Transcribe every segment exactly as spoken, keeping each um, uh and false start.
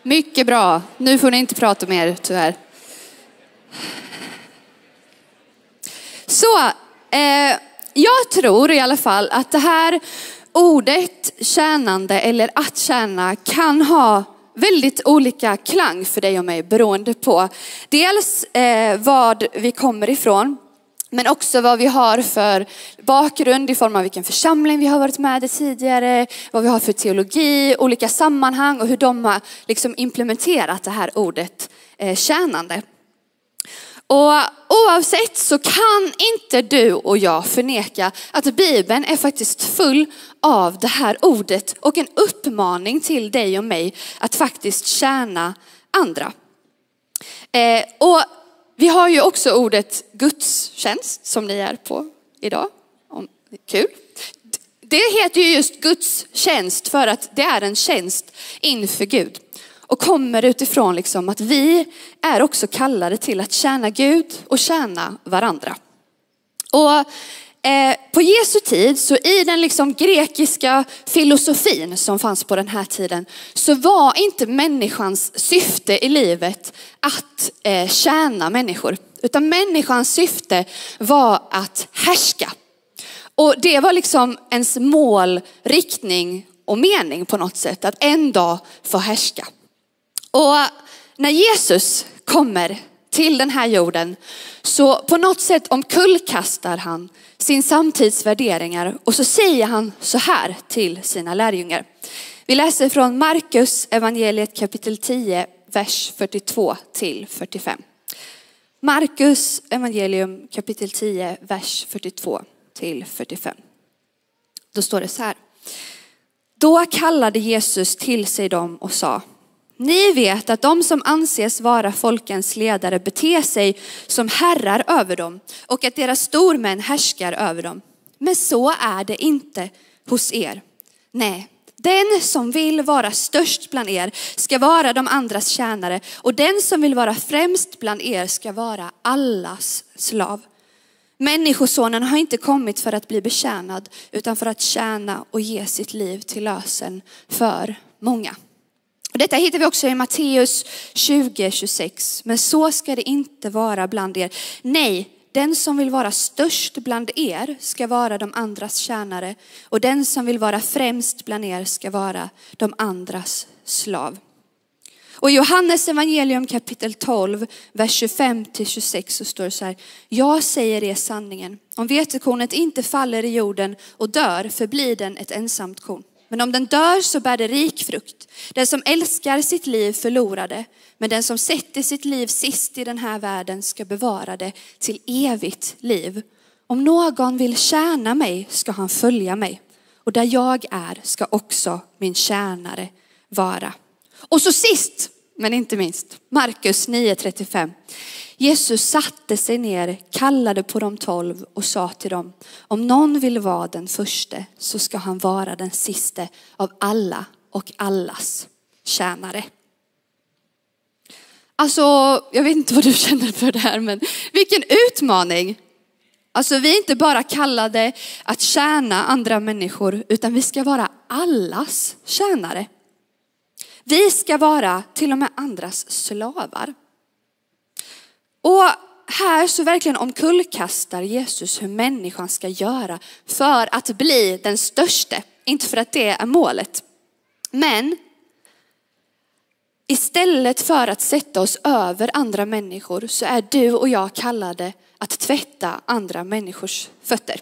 Mycket bra. Nu får ni inte prata mer, tyvärr. Så, eh, jag tror i alla fall att det här ordet tjänande eller att tjäna kan ha väldigt olika klang för dig och mig beroende på dels eh, vad vi kommer ifrån, men också vad vi har för bakgrund i form av vilken församling vi har varit med i tidigare, vad vi har för teologi, olika sammanhang och hur de har liksom implementerat det här ordet eh, tjänande. Och oavsett så kan inte du och jag förneka att Bibeln är faktiskt full av det här ordet och en uppmaning till dig och mig att faktiskt tjäna andra. Eh, och vi har ju också ordet gudstjänst som ni är på idag. Kul. Det heter ju just gudstjänst för att det är en tjänst inför Gud. Och kommer utifrån liksom att vi är också kallade till att tjäna Gud och tjäna varandra. Och eh, på Jesu tid, så i den liksom grekiska filosofin som fanns på den här tiden, så var inte människans syfte i livet att eh, tjäna människor. Utan människans syfte var att härska. Och det var liksom ens mål, riktning och mening på något sätt. Att en dag få härska. Och när Jesus kommer till den här jorden så på något sätt omkullkastar han sin samtidsvärderingar och så säger han så här till sina lärjungar. Vi läser från Markus evangeliet kapitel tio, vers fyrtiotvå till fyrtiofem. Markus evangelium kapitel tio, vers fyrtiotvå till fyrtiofem. Då står det så här. Då kallade Jesus till sig dem och sa: ni vet att de som anses vara folkens ledare beter sig som herrar över dem och att deras stormän härskar över dem. Men så är det inte hos er. Nej, den som vill vara störst bland er ska vara de andras tjänare och den som vill vara främst bland er ska vara allas slav. Människosonen har inte kommit för att bli betjänad utan för att tjäna och ge sitt liv till lösen för många. Och detta hittar vi också i Matteus tjugo tjugosex. Men så ska det inte vara bland er. Nej, den som vill vara störst bland er ska vara de andras tjänare. Och den som vill vara främst bland er ska vara de andras slav. Och i Johannes evangelium kapitel tolv, vers tjugofem till tjugosex så står det så här. Jag säger er sanningen. Om vetekornet inte faller i jorden och dör förblir den ett ensamt korn. Men om den dör så bär det rik frukt. Den som älskar sitt liv förlorar det. Men den som sätter sitt liv sist i den här världen ska bevara det till evigt liv. Om någon vill tjäna mig ska han följa mig. Och där jag är ska också min tjänare vara. Och så sist, men inte minst, Markus nio trettiofem. Jesus satte sig ner, kallade på de tolv och sa till dem: om någon vill vara den första så ska han vara den siste av alla och allas tjänare. Alltså, jag vet inte vad du känner för det här, men vilken utmaning. Alltså vi är inte bara kallade att tjäna andra människor utan vi ska vara allas tjänare. Vi ska vara till och med andras slavar. Och här så verkligen omkullkastar Jesus hur människan ska göra för att bli den största. Inte för att det är målet. Men istället för att sätta oss över andra människor så är du och jag kallade att tvätta andra människors fötter.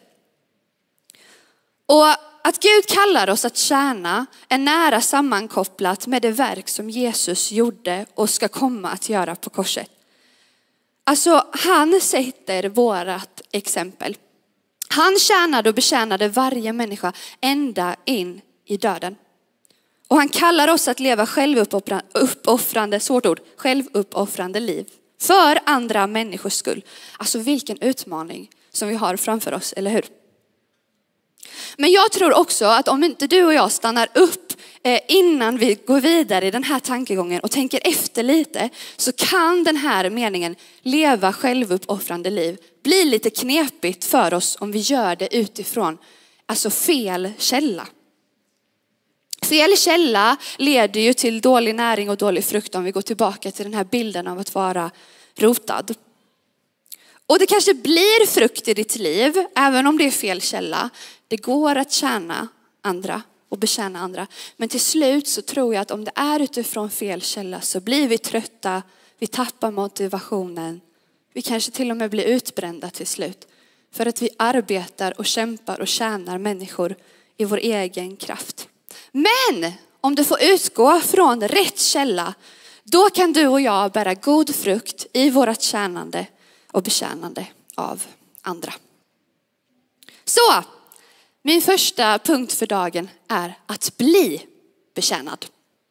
Och att Gud kallar oss att tjäna är nära sammankopplat med det verk som Jesus gjorde och ska komma att göra på korset. Alltså han sätter vårat exempel. Han tjänade och betjänade varje människa ända in i döden. Och han kallar oss att leva självuppoffrande, svårt ord, självuppoffrande liv. För andra människors skull. Alltså vilken utmaning som vi har framför oss, eller hur? Men jag tror också att om inte du och jag stannar upp innan vi går vidare i den här tankegången och tänker efter lite, så kan den här meningen leva självuppoffrande liv bli lite knepigt för oss om vi gör det utifrån alltså fel källa. Fel källa leder ju till dålig näring och dålig frukt, om vi går tillbaka till den här bilden av att vara rotad. Och det kanske blir frukt i ditt liv, även om det är fel källa. Det går att tjäna andra och betjäna andra. Men till slut så tror jag att om det är utifrån fel källa så blir vi trötta, vi tappar motivationen. Vi kanske till och med blir utbrända till slut. För att vi arbetar och kämpar och tjänar människor i vår egen kraft. Men om du får utgå från rätt källa, då kan du och jag bära god frukt i vårat tjänande och betjänande av andra. Så, min första punkt för dagen är att bli betjänad.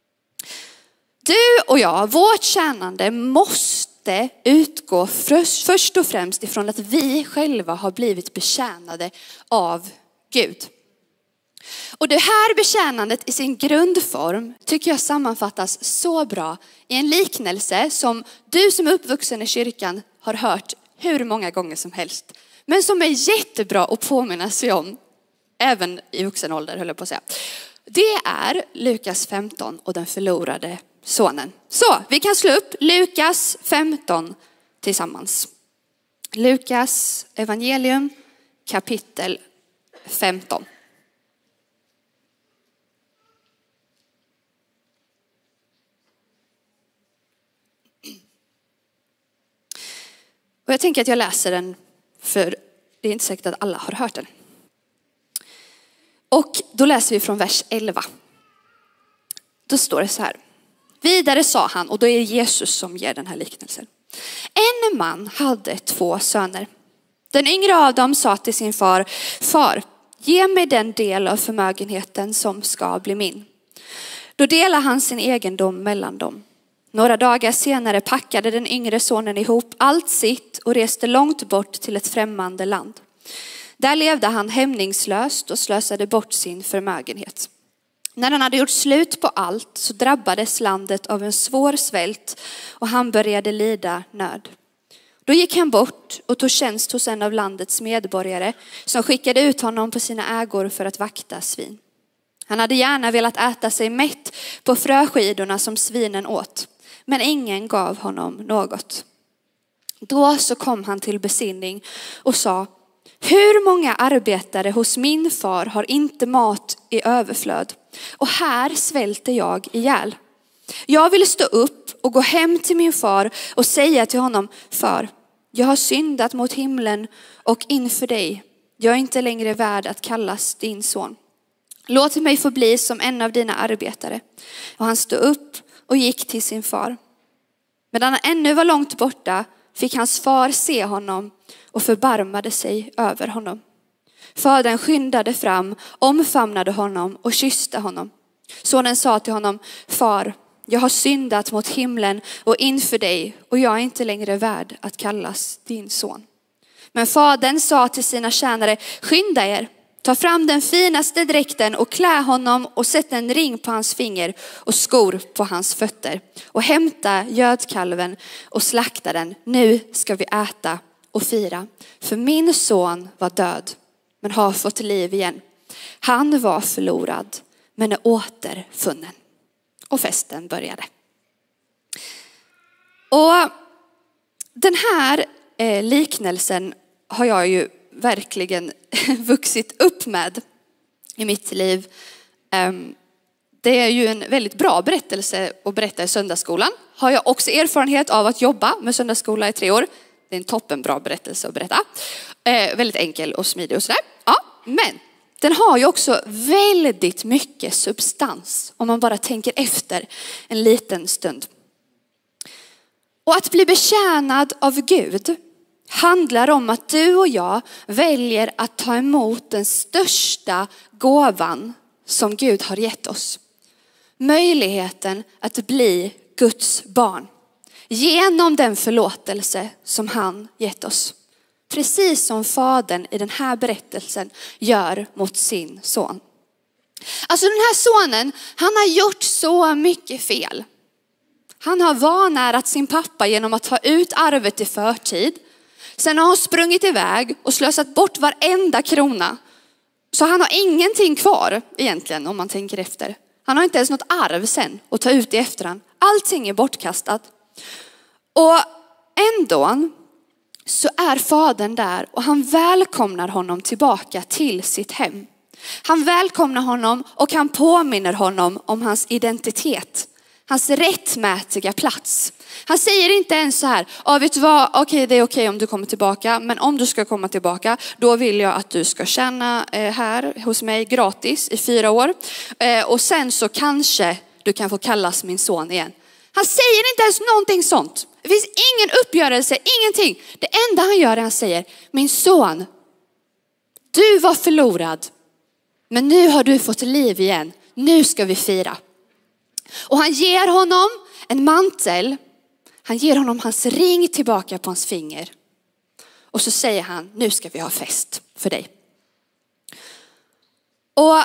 Du och jag, vårt tjänande måste utgå först, först och främst ifrån att vi själva har blivit betjänade av Gud. Och det här betjänandet i sin grundform tycker jag sammanfattas så bra i en liknelse som du som är uppvuxen i kyrkan har hört hur många gånger som helst. Men som är jättebra att påminna sig om, även i vuxen ålder höll jag på att säga. Det är Lukas femton och den förlorade sonen. Så vi kan slå upp Lukas femton tillsammans. Lukas evangelium kapitel femton. Och jag tänker att jag läser den, för det är inte säkert att alla har hört den. Och då läser vi från vers elva. Då står det så här. Vidare sa han, och då är det Jesus som ger den här liknelsen. En man hade två söner. Den yngre av dem sa till sin far, far, ge mig den del av förmögenheten som ska bli min. Då delade han sin egendom mellan dem. Några dagar senare packade den yngre sonen ihop allt sitt och reste långt bort till ett främmande land. Där levde han hämningslöst och slösade bort sin förmögenhet. När han hade gjort slut på allt så drabbades landet av en svår svält och han började lida nöd. Då gick han bort och tog tjänst hos en av landets medborgare som skickade ut honom på sina ägor för att vakta svin. Han hade gärna velat äta sig mätt på fröskidorna som svinen åt, men ingen gav honom något. Då så kom han till besinning och sa, hur många arbetare hos min far har inte mat i överflöd? Och här svälter jag ihjäl. Jag vill stå upp och gå hem till min far och säga till honom, far, jag har syndat mot himlen och inför dig. Jag är inte längre värd att kallas din son. Låt mig få bli som en av dina arbetare. Och han stod upp och gick till sin far. Medan han ännu var långt borta fick hans far se honom och förbarmade sig över honom. Fadern skyndade fram, omfamnade honom och kysste honom. Sonen sa till honom, far, jag har syndat mot himlen och inför dig och jag är inte längre värd att kallas din son. Men fadern sa till sina tjänare, skynda er, ta fram den finaste dräkten och klä honom och sätt en ring på hans finger och skor på hans fötter. Och hämta gödkalven och slakta den. Nu ska vi äta och fira. För min son var död men har fått liv igen. Han var förlorad men är återfunnen. Och festen började. Och den här eh, liknelsen har jag ju verkligen vuxit upp med i mitt liv. Det är ju en väldigt bra berättelse att berätta i söndagsskolan. Har jag också erfarenhet av att jobba med söndagsskola i tre år. Det är en toppenbra berättelse att berätta. Eh, väldigt enkel och smidig och sådär. Ja, men den har ju också väldigt mycket substans om man bara tänker efter en liten stund. Och att bli betjänad av Gud handlar om att du och jag väljer att ta emot den största gåvan som Gud har gett oss. Möjligheten att bli Guds barn. Genom den förlåtelse som han gett oss. Precis som fadern i den här berättelsen gör mot sin son. Alltså den här sonen, han har gjort så mycket fel. Han har vanärat sin pappa genom att ta ut arvet i förtid. Sen har han sprungit iväg och slösat bort varenda krona. Så han har ingenting kvar egentligen om man tänker efter. Han har inte ens något arv sen att ta ut i efterhand. Allting är bortkastat. Och ändå så är fadern där och han välkomnar honom tillbaka till sitt hem. Han välkomnar honom och han påminner honom om hans identitet. Hans rättmätiga plats. Han säger inte ens så här, ja, vet du vad, okej, det är okej om du kommer tillbaka. Men om du ska komma tillbaka, då vill jag att du ska tjäna här hos mig gratis i fyra år. Och sen så kanske du kan få kallas min son igen. Han säger inte ens någonting sånt. Det finns ingen uppgörelse, ingenting. Det enda han gör är att han säger, min son, du var förlorad. Men nu har du fått liv igen. Nu ska vi fira. Och han ger honom en mantel. Han ger honom hans ring tillbaka på hans finger. Och så säger han, nu ska vi ha fest för dig. Och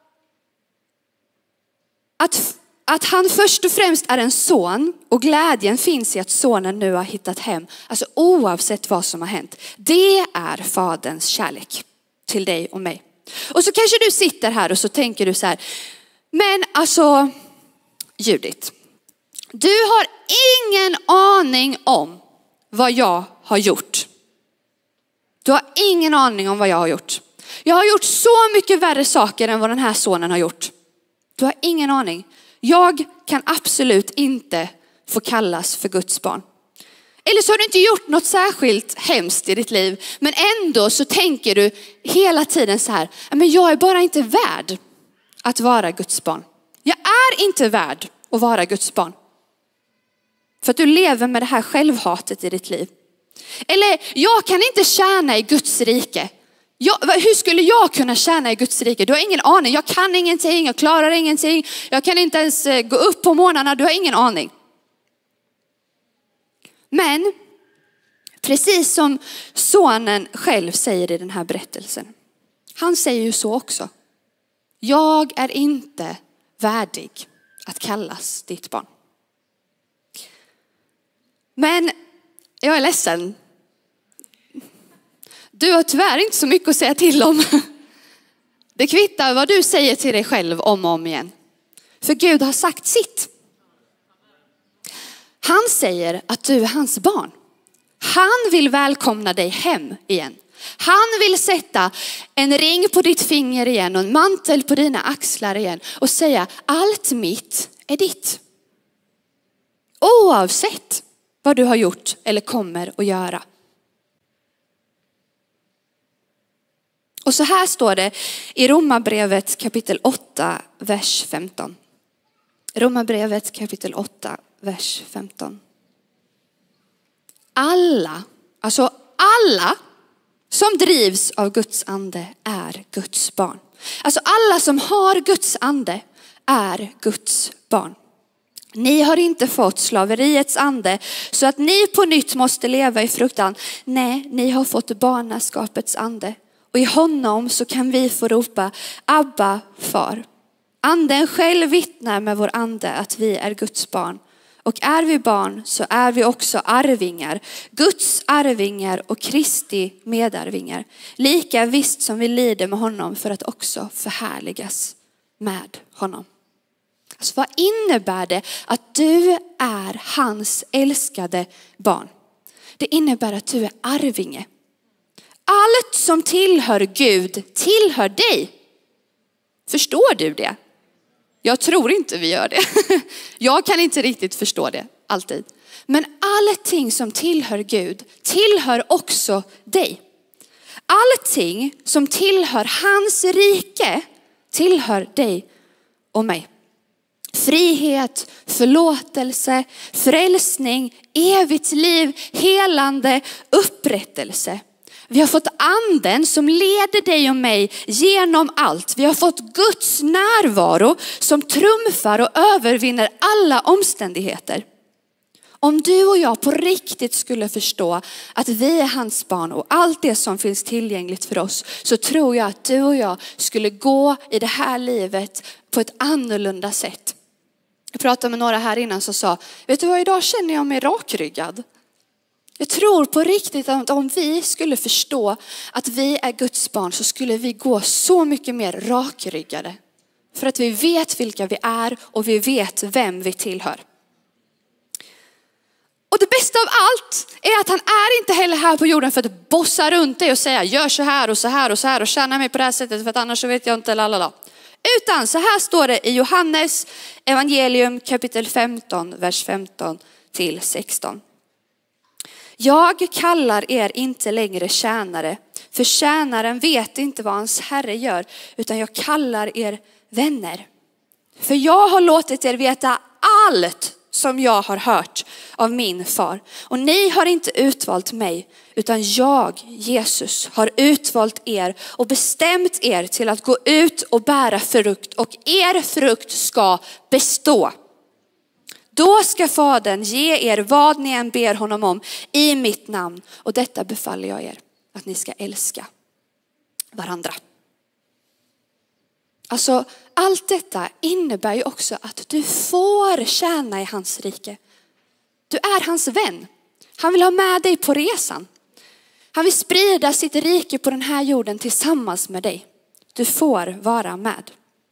att, att han först och främst är en son och glädjen finns i att sonen nu har hittat hem. Alltså oavsett vad som har hänt. Det är faderns kärlek till dig och mig. Och så kanske du sitter här och så tänker du så här, men alltså Judith, du har ingen aning om vad jag har gjort. Du har ingen aning om vad jag har gjort. Jag har gjort så mycket värre saker än vad den här sonen har gjort. Du har ingen aning. Jag kan absolut inte få kallas för Guds barn. Eller så har du inte gjort något särskilt hemskt i ditt liv. Men ändå så tänker du hela tiden så här, men jag är bara inte värd att vara Guds barn. Jag är inte värd att vara Guds barn. För att du lever med det här självhatet i ditt liv. Eller jag kan inte tjäna i Guds rike. Jag, hur skulle jag kunna tjäna i Guds rike? Du har ingen aning. Jag kan ingenting, jag klarar ingenting. Jag kan inte ens gå upp på morgnarna, du har ingen aning. Men precis som sonen själv säger i den här berättelsen. Han säger ju så också. Jag är inte värdig att kallas ditt barn. Men jag är ledsen. Du har tyvärr inte så mycket att säga till om. Det kvittar vad du säger till dig själv om och om igen. För Gud har sagt sitt. Han säger att du är hans barn. Han vill välkomna dig hem igen. Han vill sätta en ring på ditt finger igen och en mantel på dina axlar igen. Och säga, allt mitt är ditt. Oavsett vad du har gjort eller kommer att göra. Och så här står det i Romarbrevet kapitel åtta, vers femton. Romarbrevet kapitel åtta, vers femton. Alla, alltså alla som drivs av Guds ande är Guds barn. Alltså alla som har Guds ande är Guds barn. Ni har inte fått slaveriets ande så att ni på nytt måste leva i fruktan. Nej, ni har fått barnaskapets ande. Och i honom så kan vi få ropa Abba, far. Anden själv vittnar med vår ande att vi är Guds barn. Och är vi barn så är vi också arvingar. Guds arvingar och Kristi medarvingar. Lika visst som vi lider med honom för att också förhärligas med honom. Alltså vad innebär det att du är hans älskade barn? Det innebär att du är arvinge. Allt som tillhör Gud tillhör dig. Förstår du det? Jag tror inte vi gör det. Jag kan inte riktigt förstå det alltid. Men allting som tillhör Gud tillhör också dig. Allting som tillhör hans rike tillhör dig och mig. Frihet, förlåtelse, frälsning, evigt liv, helande, upprättelse. Vi har fått anden som leder dig och mig genom allt. Vi har fått Guds närvaro som trumfar och övervinner alla omständigheter. Om du och jag på riktigt skulle förstå att vi är hans barn och allt det som finns tillgängligt för oss, så tror jag att du och jag skulle gå i det här livet på ett annorlunda sätt. Jag pratade med några här innan som sa, vet du vad, idag känner jag mig rakryggad. Jag tror på riktigt att om vi skulle förstå att vi är Guds barn så skulle vi gå så mycket mer rakryggade. För att vi vet vilka vi är och vi vet vem vi tillhör. Och det bästa av allt är att han är inte heller här på jorden för att bossa runt dig och säga gör så här och så här och så här och tjäna mig på det här sättet för att annars så vet jag inte lalala. Utan så här står det i Johannes evangelium kapitel femton, vers femton till sexton. Jag kallar er inte längre tjänare, för tjänaren vet inte vad hans herre gör, utan jag kallar er vänner. För jag har låtit er veta allt som jag har hört av min far. Och ni har inte utvalt mig, utan jag, Jesus, har utvalt er och bestämt er till att gå ut och bära frukt. Och er frukt ska bestå. Då ska Fadern ge er vad ni än ber honom om i mitt namn. Och detta befaller jag er, att ni ska älska varandra. Alltså allt detta innebär ju också att du får tjäna i hans rike. Du är hans vän. Han vill ha med dig på resan. Han vill sprida sitt rike på den här jorden tillsammans med dig. Du får vara med.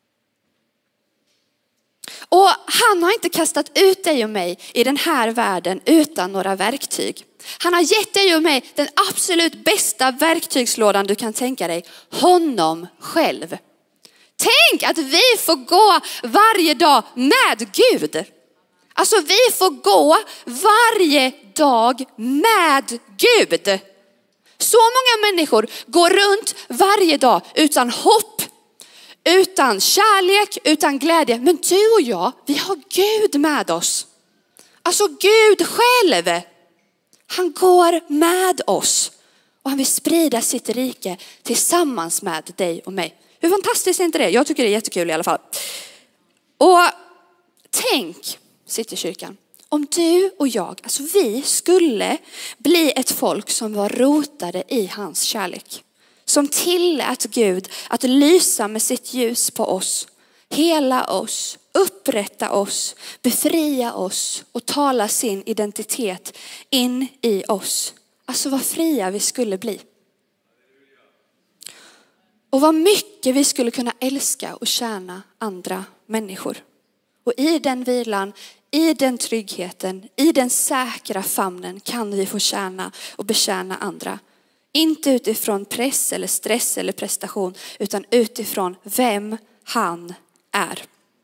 Och han har inte kastat ut dig och mig i den här världen utan några verktyg. Han har gett dig och mig den absolut bästa verktygslådan du kan tänka dig. Honom själv. Tänk att vi får gå varje dag med Gud. Alltså vi får gå varje dag med Gud. Så många människor går runt varje dag utan hopp, utan kärlek, utan glädje. Men du och jag, vi har Gud med oss. Alltså Gud själv. Han går med oss. Och han vill sprida sitt rike tillsammans med dig och mig. Hur fantastiskt är inte det? Jag tycker det är jättekul i alla fall. Och tänk, Citykyrkan, om du och jag, alltså vi skulle bli ett folk som var rotade i hans kärlek. Som tillät Gud att lysa med sitt ljus på oss. Hela oss, upprätta oss, befria oss och tala sin identitet in i oss. Alltså vad fria vi skulle bli. Och vad mycket vi skulle kunna älska och tjäna andra människor. Och i den vilan, i den tryggheten, i den säkra famnen kan vi få tjäna och betjäna andra. Inte utifrån press eller stress eller prestation, utan utifrån vem han är.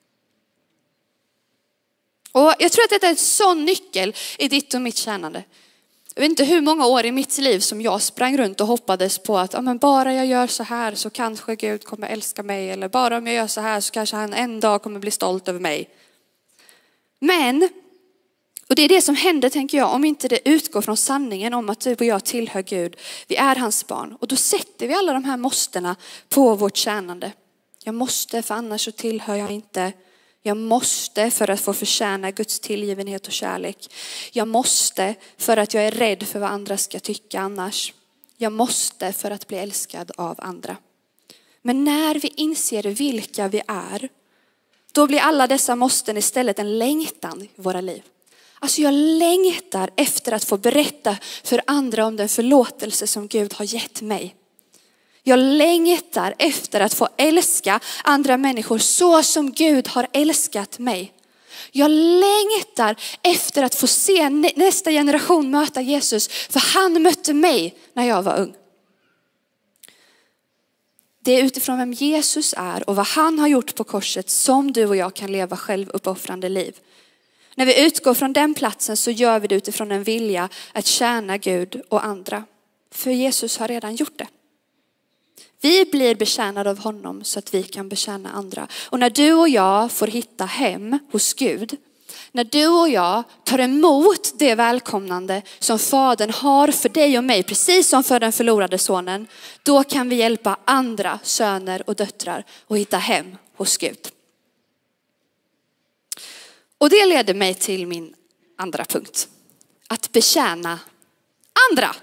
Och jag tror att detta är en sån nyckel i ditt och mitt tjänande. Jag vet inte hur många år i mitt liv som jag sprang runt och hoppades på att ja, men bara jag gör så här så kanske Gud kommer älska mig. Eller bara om jag gör så här så kanske han en dag kommer bli stolt över mig. Men, och det är det som händer tänker jag, om inte det utgår från sanningen om att du och jag tillhör Gud. Vi är hans barn. Och då sätter vi alla de här måstena på vårt tjänande. Jag måste, för annars så tillhör jag inte. Jag måste för att få förtjäna Guds tillgivenhet och kärlek. Jag måste för att jag är rädd för vad andra ska tycka annars. Jag måste för att bli älskad av andra. Men när vi inser vilka vi är, då blir alla dessa måsten istället en längtan i våra liv. Alltså jag längtar efter att få berätta för andra om den förlåtelse som Gud har gett mig. Jag längtar efter att få älska andra människor så som Gud har älskat mig. Jag längtar efter att få se nästa generation möta Jesus, för han mötte mig när jag var ung. Det är utifrån vem Jesus är och vad han har gjort på korset som du och jag kan leva självuppoffrande liv. När vi utgår från den platsen så gör vi det utifrån en vilja att tjäna Gud och andra. För Jesus har redan gjort det. Vi blir betjänade av honom så att vi kan betjäna andra. Och när du och jag får hitta hem hos Gud, när du och jag tar emot det välkomnande som Fadern har för dig och mig, precis som för den förlorade sonen, då kan vi hjälpa andra söner och döttrar att hitta hem hos Gud. Och det leder mig till min andra punkt. Att betjäna andra.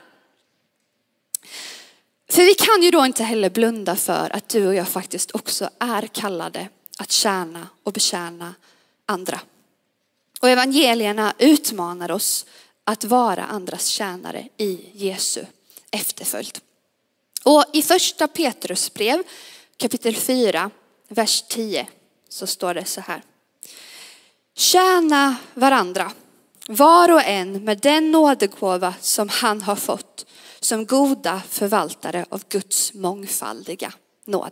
För vi kan ju då inte heller blunda för att du och jag faktiskt också är kallade att tjäna och betjäna andra. Och evangelierna utmanar oss att vara andras tjänare i Jesu efterföljd. Och i första Petrus brev kapitel fyra, vers tio, så står det så här. Tjäna varandra, var och en med den nådegåva som han har fått, som goda förvaltare av Guds mångfaldiga nåd.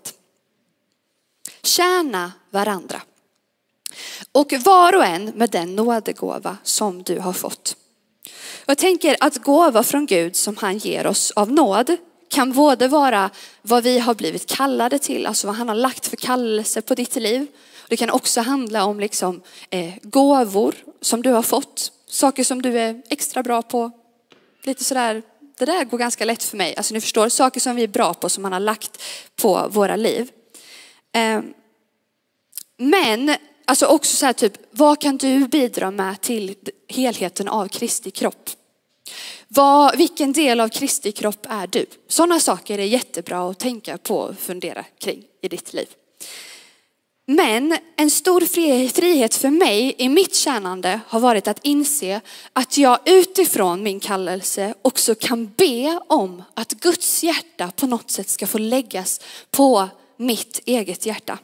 Tjäna varandra. Och var och en med den nådegåva som du har fått. Jag tänker att gåva från Gud som han ger oss av nåd kan både vara vad vi har blivit kallade till, alltså vad han har lagt för kallelse på ditt liv. Det kan också handla om liksom, eh, gåvor som du har fått, saker som du är extra bra på. Lite sådär, det där går ganska lätt för mig. Alltså ni förstår, saker som vi är bra på som han har lagt på våra liv. Eh, men alltså också så här typ, vad kan du bidra med till helheten av Kristi kropp? Vad, vilken del av Kristi kropp är du? Sådana saker är jättebra att tänka på och fundera kring i ditt liv. Men en stor frihet för mig i mitt tjänande har varit att inse att jag utifrån min kallelse också kan be om att Guds hjärta på något sätt ska få läggas på mitt eget hjärta.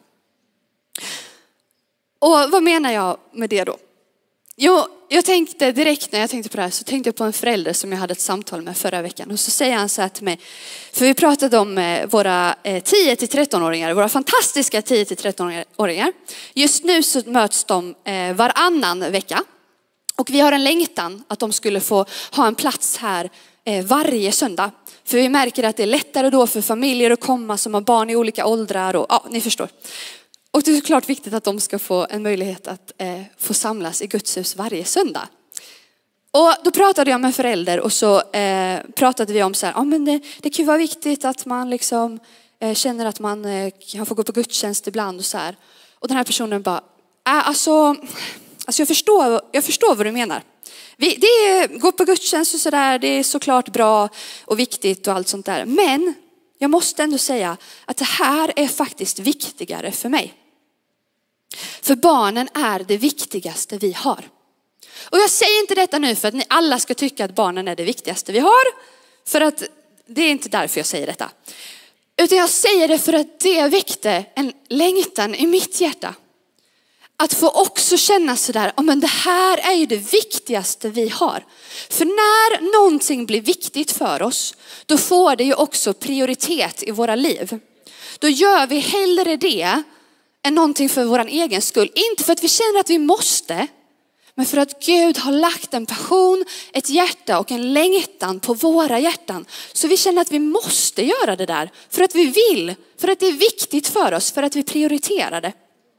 Och vad menar jag med det då? Jo, jag tänkte direkt när jag tänkte på det här så tänkte jag på en förälder som jag hade ett samtal med förra veckan. Och så säger han så här till mig, för vi pratade om våra tio till tretton-åringar, våra fantastiska tio till tretton-åringar. Just nu så möts de varannan vecka. Och vi har en längtan att de skulle få ha en plats här varje söndag. För vi märker att det är lättare då för familjer att komma som har barn i olika åldrar och ja, ni förstår. Och det är klart viktigt att de ska få en möjlighet att eh, få samlas i Guds hus varje söndag. Och då pratade jag med en förälder och så eh, pratade vi om så här, ja men det, det kan ju vara viktigt att man liksom eh, känner att man eh, kan få gå på gudstjänst ibland och så här. Och den här personen bara, äh, alltså, alltså jag, förstår, jag förstår vad du menar. Vi, det är, gå på gudstjänst och så där, det är såklart bra och viktigt och allt sånt där. Men jag måste ändå säga att det här är faktiskt viktigare för mig. För barnen är det viktigaste vi har. Och jag säger inte detta nu för att ni alla ska tycka att barnen är det viktigaste vi har. För att det är inte därför jag säger detta. Utan jag säger det för att det väckte en längtan i mitt hjärta. Att få också känna sådär, oh, men det här är ju det viktigaste vi har. För när någonting blir viktigt för oss, då får det ju också prioritet i våra liv. Då gör vi hellre det än någonting för vår egen skull. Inte för att vi känner att vi måste, men för att Gud har lagt en passion, ett hjärta och en längtan på våra hjärtan. Så vi känner att vi måste göra det där. För att vi vill, för att det är viktigt för oss, för att vi prioriterar det.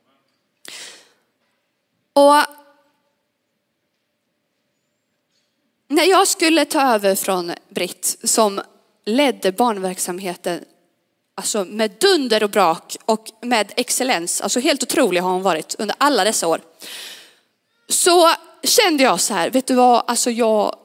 Och när jag skulle ta över från Britt som ledde barnverksamheten alltså med dunder och brak och med excellens, alltså helt otrolig har hon varit under alla dessa år. Så kände jag så här, vet du vad, alltså jag,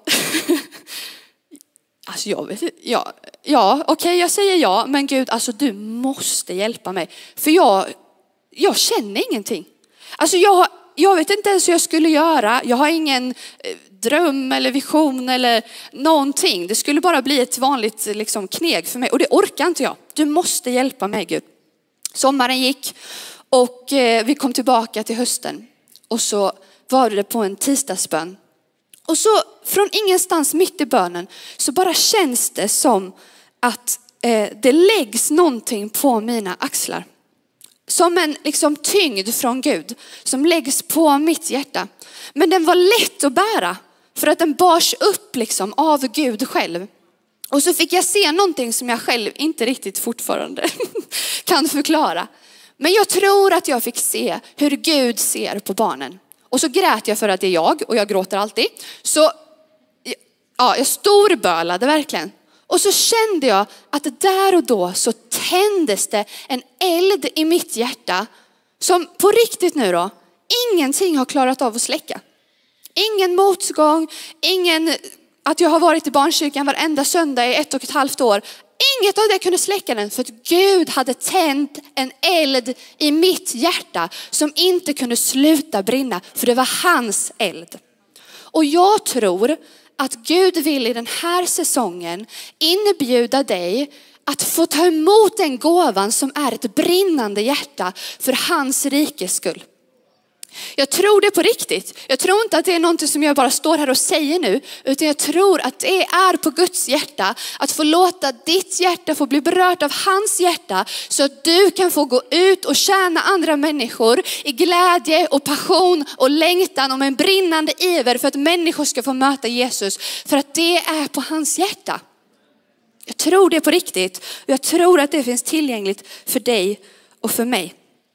alltså jag vet ja, ja okej okay, jag säger ja, men Gud, alltså du måste hjälpa mig. För jag, jag känner ingenting. Alltså jag, jag vet inte ens hur jag skulle göra, jag har ingen dröm eller vision eller någonting. Det skulle bara bli ett vanligt liksom, kneg för mig och det orkar inte jag. Du måste hjälpa mig Gud. Sommaren gick och eh, vi kom tillbaka till hösten och så var det på en tisdagsbön. Och så från ingenstans mitt i bönen så bara känns det som att eh, det läggs någonting på mina axlar. Som en liksom, tyngd från Gud som läggs på mitt hjärta. Men den var lätt att bära för att den bars upp liksom, av Gud själv. Och så fick jag se någonting som jag själv inte riktigt fortfarande kan förklara. Men jag tror att jag fick se hur Gud ser på barnen. Och så grät jag för att det är jag och jag gråter alltid. Så ja, jag storbölade verkligen. Och så kände jag att där och då så tändes det en eld i mitt hjärta som på riktigt nu då ingenting har klarat av att släcka. Ingen motgång, ingen att jag har varit i barnkyrkan varenda söndag i ett och ett halvt år. Inget av det kunde släcka den för att Gud hade tänt en eld i mitt hjärta som inte kunde sluta brinna för det var hans eld. Och jag tror att Gud vill i den här säsongen inbjuda dig att få ta emot den gåvan som är ett brinnande hjärta för hans rikes skull. Jag tror det på riktigt. Jag tror inte att det är någonting som jag bara står här och säger nu. Utan jag tror att det är på Guds hjärta. Att få låta ditt hjärta få bli berört av hans hjärta. Så att du kan få gå ut och tjäna andra människor i glädje och passion och längtan om en brinnande iver. För att människor ska få möta Jesus. För att det är på hans hjärta. Jag tror det på riktigt. Och jag tror att det finns tillgängligt för dig och för mig.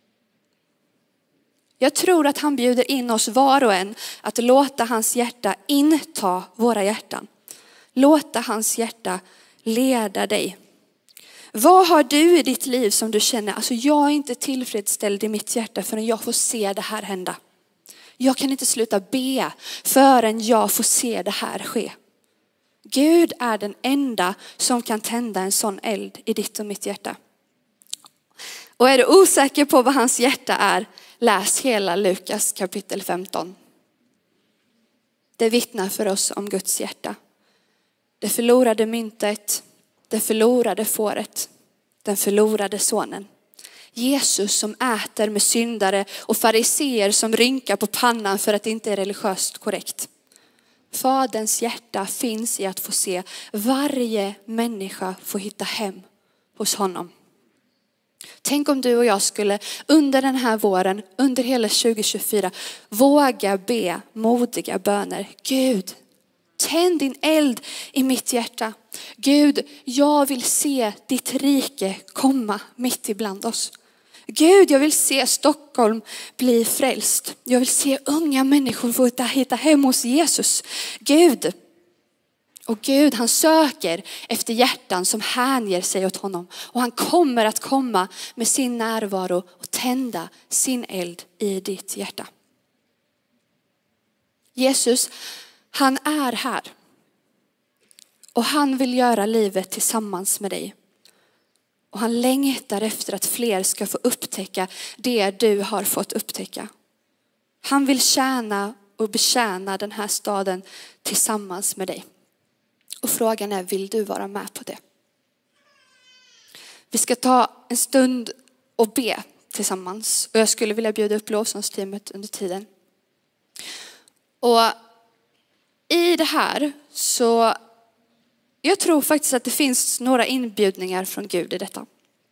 Jag tror att han bjuder in oss var och en att låta hans hjärta inta våra hjärtan. Låta hans hjärta leda dig. Vad har du i ditt liv som du känner, alltså jag är inte tillfredsställd i mitt hjärta förrän jag får se det här hända. Jag kan inte sluta be förrän jag får se det här ske. Gud är den enda som kan tända en sån eld i ditt och mitt hjärta. Och är du osäker på vad hans hjärta är, läs hela Lukas kapitel femton. Det vittnar för oss om Guds hjärta. Det förlorade myntet, det förlorade fåret, den förlorade sonen. Jesus som äter med syndare och fariseer som rynkar på pannan för att det inte är religiöst korrekt. Faderns hjärta finns i att få se varje människa få hitta hem hos honom. Tänk om du och jag skulle under den här våren, under hela tjugo tjugofyra, våga be modiga böner. Gud, tänd din eld i mitt hjärta. Gud, jag vill se ditt rike komma mitt ibland oss. Gud, jag vill se Stockholm bli frälst. Jag vill se unga människor få hitta hem hos Jesus. Gud, och Gud, han söker efter hjärtan som hänger sig åt honom. Och han kommer att komma med sin närvaro och tända sin eld i ditt hjärta. Jesus, han är här. Och han vill göra livet tillsammans med dig. Och han längtar efter att fler ska få upptäcka det du har fått upptäcka. Han vill tjäna och betjäna den här staden tillsammans med dig. Och frågan är, vill du vara med på det? Vi ska ta en stund och be tillsammans. Och jag skulle vilja bjuda upp lovsångsteamet under tiden. Och i det här så, jag tror faktiskt att det finns några inbjudningar från Gud i detta.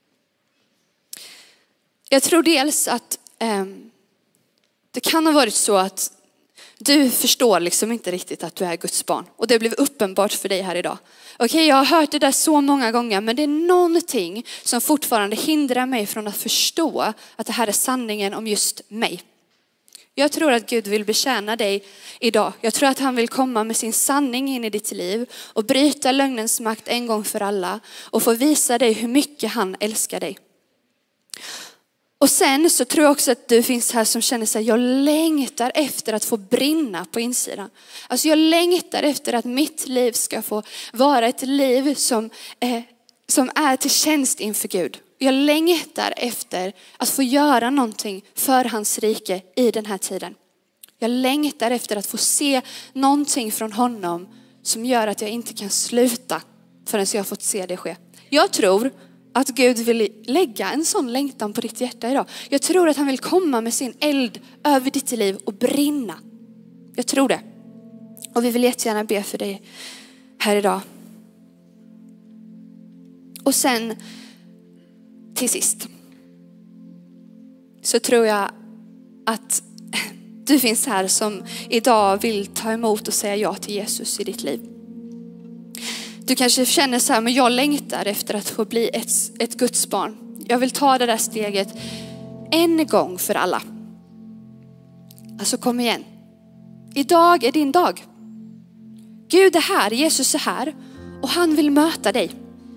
Jag tror dels att eh, det kan ha varit så att du förstår liksom inte riktigt att du är Guds barn. Och det blev uppenbart för dig här idag. Okej, okay, jag har hört det där så många gånger. Men det är någonting som fortfarande hindrar mig från att förstå att det här är sanningen om just mig. Jag tror att Gud vill betjäna dig idag. Jag tror att han vill komma med sin sanning in i ditt liv. Och bryta lögnens makt en gång för alla. Och få visa dig hur mycket han älskar dig. Och sen så tror jag också att du finns här som känner sig, jag längtar efter att få brinna på insidan. Alltså jag längtar efter att mitt liv ska få vara ett liv som, eh, som är till tjänst inför Gud. Jag längtar efter att få göra någonting för hans rike i den här tiden. Jag längtar efter att få se någonting från honom som gör att jag inte kan sluta förrän jag har fått se det ske. Jag tror att Gud vill lägga en sån längtan på ditt hjärta idag. Jag tror att han vill komma med sin eld över ditt liv och brinna. Jag tror det. Och vi vill jättegärna be för dig här idag. Och sen till sist så tror jag att du finns här som idag vill ta emot och säga ja till Jesus i ditt liv. Du kanske känner så här, men jag längtar efter att få bli ett, ett Guds barn. Jag vill ta det där steget en gång för alla. Alltså kom igen. Idag är din dag. Gud är här, Jesus är här. Och han vill möta dig.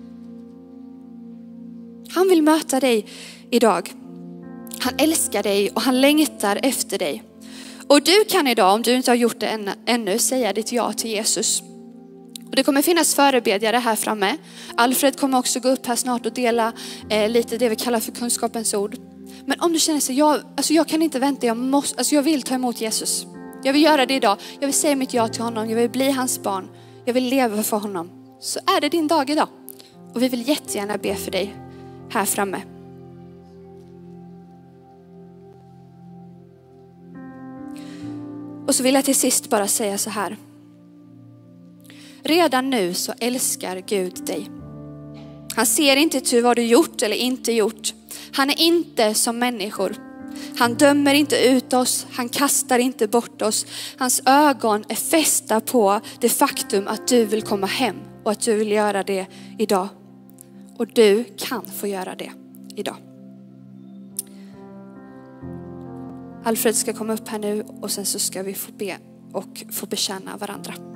Han vill möta dig idag. Han älskar dig och han längtar efter dig. Och du kan idag, om du inte har gjort det än, ännu, säga ditt ja till Jesus. Och det kommer finnas förebedjare här framme. Alfred kommer också gå upp här snart och dela eh, lite det vi kallar för kunskapens ord. Men om du känner sig, jag, alltså jag kan inte vänta, jag, måste, alltså jag vill ta emot Jesus. Jag vill göra det idag. Jag vill säga mitt ja till honom. Jag vill bli hans barn. Jag vill leva för honom. Så är det din dag idag. Och vi vill jättegärna be för dig här framme. Och så vill jag till sist bara säga så här. Redan nu så älskar Gud dig. Han ser inte till vad du gjort eller inte gjort. Han är inte som människor. Han dömer inte ut oss. Han kastar inte bort oss. Hans ögon är fästa på det faktum att du vill komma hem. Och att du vill göra det idag. Och du kan få göra det idag. Alfred ska komma upp här nu och sen så ska vi få be och få bekänna varandra.